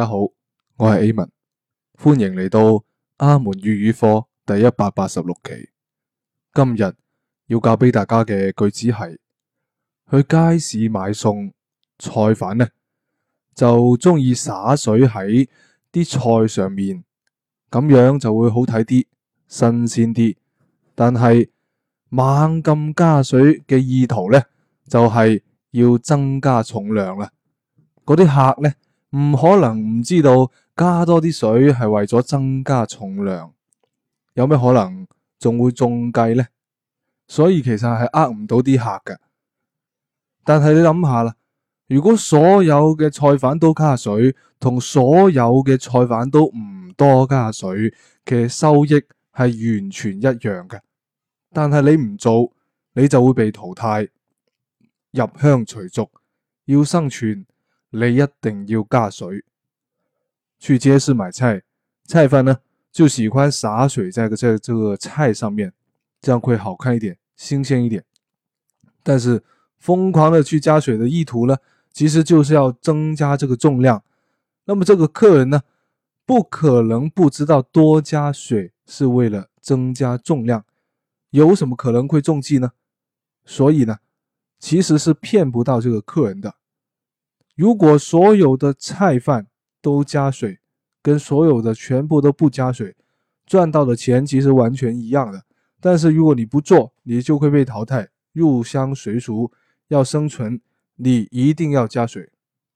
大家好，我係 A 文，歡迎嚟到阿門粵語課第186期。今日要教俾大家嘅句子係：去街市買餸，菜販呢就中意灑水喺啲菜上面，咁樣就會好睇啲，新鮮啲。但係猛咁加水嘅意圖呢，就係要增加重量啦。嗰啲客呢，唔可能唔知道加多啲水係為咗增加重量，有咩可能仲會中計呢？所以其實係呃唔到啲客㗎。但係你諗下啦，如果所有嘅菜販都加水，同所有嘅菜販都唔多加水嘅收益係完全一樣嘅。但係你唔做，你就會被淘汰，入鄉隨俗。要生存，你一定要加水。去街市買菜，菜販呢就喜歡灑水在這個菜上面，這樣會好看一點，新鮮一點。但是瘋狂的去加水的意圖呢，其實就是要增加這個重量。那麼這個客人呢，不可能不知道多加水是為了增加重量，有什麼可能會中計呢？所以呢，其實是騙不到這個客人的。如果所有的菜販都加水，跟所有的全部都不加水，賺到的錢其實完全一樣的。但是如果你不做，你就會被淘汰，入鄉隨俗。要生存，你一定要加水。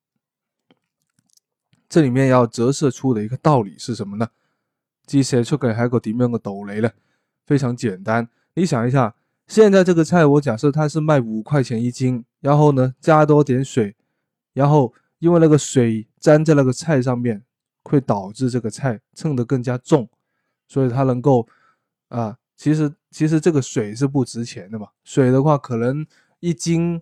這裏面要折射出的一個道理是什麼呢？折射出嘅係一個點樣嘅道理呢？非常簡單，你想一下，現在這個菜我假設它是賣5塊錢一斤，然後呢加多點水，然後因為那個水沾在那個菜上面，會導致這個菜稱得更加重，所以它能夠其實這個水是不值錢的嘛，水的話可能一斤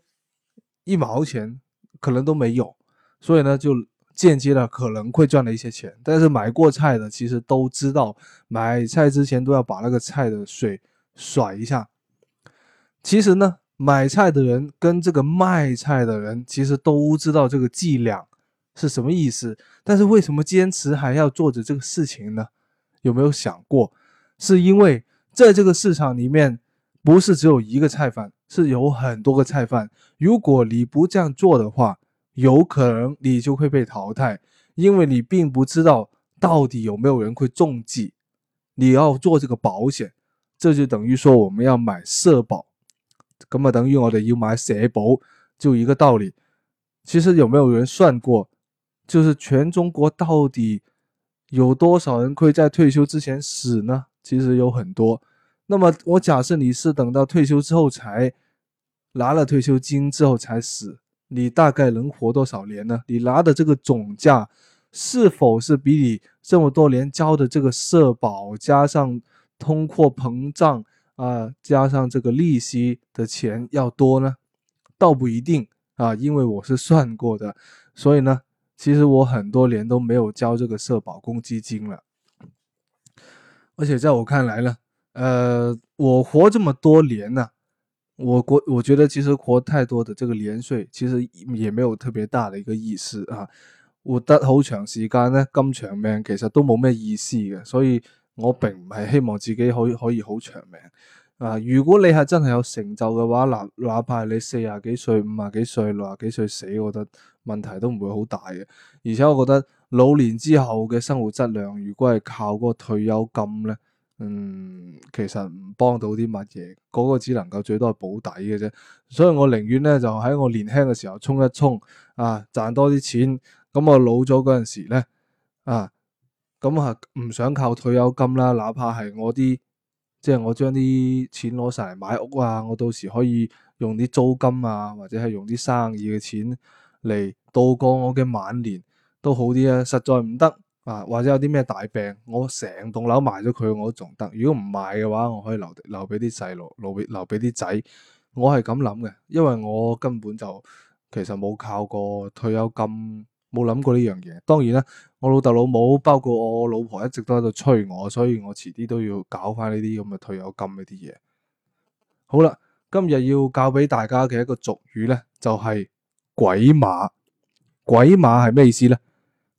1毛錢可能都沒有，所以呢就間接的可能會賺了一些錢。但是買過菜的其實都知道，買菜之前都要把那個菜的水甩一下。其實呢買菜的人跟這個賣菜的人其實都知道這個伎倆是什麼意思，但是為什麼堅持還要做着這個事情呢？有沒有想過，是因為在這個市場裏面不是只有一個菜販，是有很多個菜販。如果你不這樣做的話，有可能你就會被淘汰，因為你並不知道到底有沒有人會中計。你要做這個保險，這就等於說我們要買社保，咁啊等於我哋要買社保，就一個道理。其實有沒有人算過，就是全中國到底有多少人會在退休之前死呢？其實有很多。那麼我假設你是等到退休之後才拿了退休金之後才死，你大概能活多少年呢？你拿的這個總價是否是比你這麼多年交的這個社保加上通貨膨脹加上這個利息的錢要多呢？倒不一定因為我是算過的，所以呢其實我很多年都沒有交這個社保公積金了。而且在我看來呢我活這麼多年呢，我覺得其實活太多的這個年歲其實也沒有特別大的一個意思活得好長時間呢，咁長命其實都冇咩意思嘅，所以我並唔係希望自己可以好長命如果你係真係有成就嘅話，哪怕你40幾歲、50幾歲、60幾歲死，我覺得問題都唔會好大嘅。而且我覺得老年之後嘅生活質量，如果係靠嗰個退休金咧，其實唔幫到啲乜嘢，嗰個只能夠最多係保底嘅啫。所以我寧願咧就喺我年輕嘅時候衝一衝賺多啲錢，咁我老咗嗰陣時咧咁唔想靠退休金啦，哪怕係即係我將啲錢攞晒嚟買屋我到時可以用啲租金或者係用啲生意嘅錢嚟度過我嘅晚年都好啲啊。實在唔得或者有啲咩大病，我成棟樓賣咗佢我都仲得。如果唔賣嘅話，我可以留俾啲細路，留俾啲仔。我係咁諗嘅，因為我根本就其實冇靠過退休金，冇諗過呢樣嘢。當然啦，我老豆老母包括我老婆一直都喺度催我，所以我遲啲都要搞翻呢啲咁嘅退休金呢啲嘢。好啦，今日要教俾大家嘅一個俗語呢，就係鬼馬。鬼馬係咩意思呢？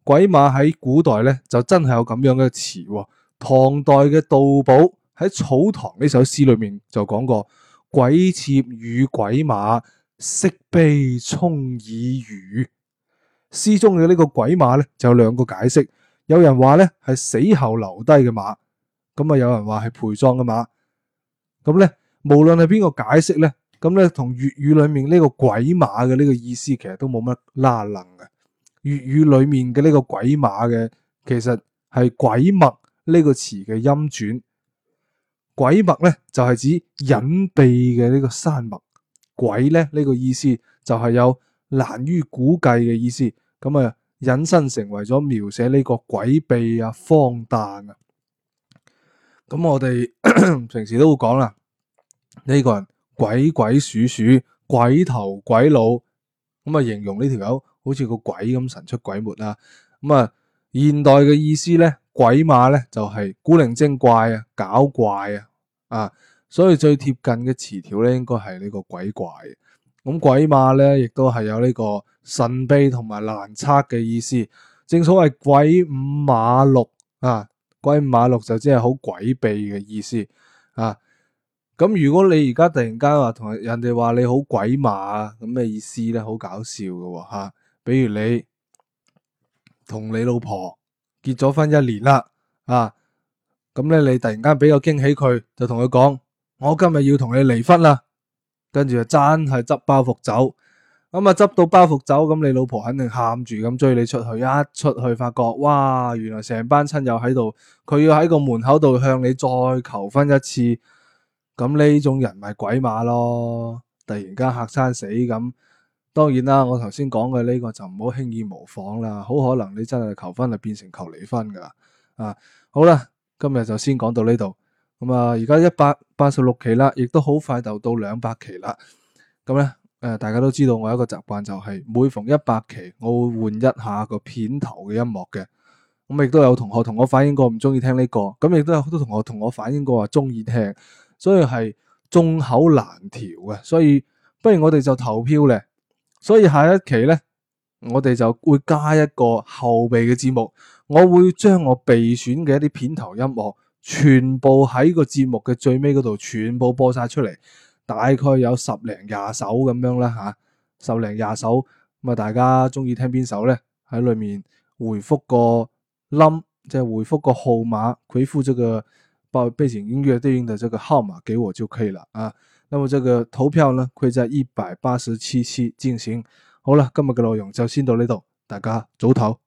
鬼馬喺古代咧就真係有咁樣嘅詞喎。唐代嘅杜甫喺《草堂》呢首詩裏面就講過：鬼妾與鬼馬，色悲充耳語。詩中嘅呢個鬼馬咧就有兩個解釋，有人話咧係死後留低嘅馬，咁啊有人話係陪葬嘅馬。咁咧無論係邊個解釋咧，咁咧同粵語裏面呢個鬼馬嘅呢個意思其實都冇乜拉楞嘅。粵語裏面嘅呢個鬼馬嘅其實係鬼脈呢個詞嘅音轉。鬼脈咧就係指隱秘嘅呢個山脈，鬼咧呢個意思就係有難於估計嘅意思，咁啊引申成為咗描寫呢個詭秘啊、荒誕啊。咁我哋平時都會講啦，呢個人鬼鬼祟祟、鬼頭鬼腦，咁啊形容呢條友好似個鬼咁神出鬼沒啊。咁啊現代嘅意思咧，鬼馬咧就係古靈精怪啊、搞怪啊，所以最貼近嘅詞條咧應該係呢個鬼怪。咁鬼馬咧亦都係有呢個神秘同埋難測嘅意思。正所謂鬼五馬六啊，鬼五馬六就即係好詭秘嘅意思啊。咁如果你而家突然間話同人哋話你好鬼馬啊，咁咩意思咧？好搞笑嘅吓。比如你同你老婆結咗婚1年啦，啊，咁咧你突然間俾個驚喜佢，就同佢講：我今日要同你離婚啦。跟住就真係執包袱走。咁啊執到包袱走，咁你老婆肯定喊住咁追你出去。一出去發覺，哇，原來成班親友喺度，佢要喺個門口度向你再求婚一次。咁呢種人咪鬼馬咯，突然間嚇餐死咁。當然啦，我頭先講嘅呢個就唔好輕易模仿啦，好可能你真係求婚就變成求離婚噶。好啦，今日就先講到呢度。咁啊，而家186期啦，亦都好快就到200期啦。咁咧，大家都知道我有一個習慣，就係每逢100期，我會換一下個片頭嘅音樂嘅。咁亦都有同學同我反映過唔中意聽呢個，咁亦都有好多同學同我反映過話中意聽，所以係眾口難調嘅。所以不如我哋就投票咧。所以下一期咧，我哋就會加一個後備嘅節目，我會將我備選嘅一啲片頭音樂全部喺個節目嘅最尾嗰度全部播晒出嚟，大概有10零20首咁樣啦吓，10零20首。咁啊，大家中意聽邊首咧？喺裏面回覆個冧，即係回覆個號碼，回覆這個背景音樂對應的這個號碼給我就可以了啊。那麼這個投票呢，會在187期進行。好啦，今日嘅內容就先到呢度，大家早唞。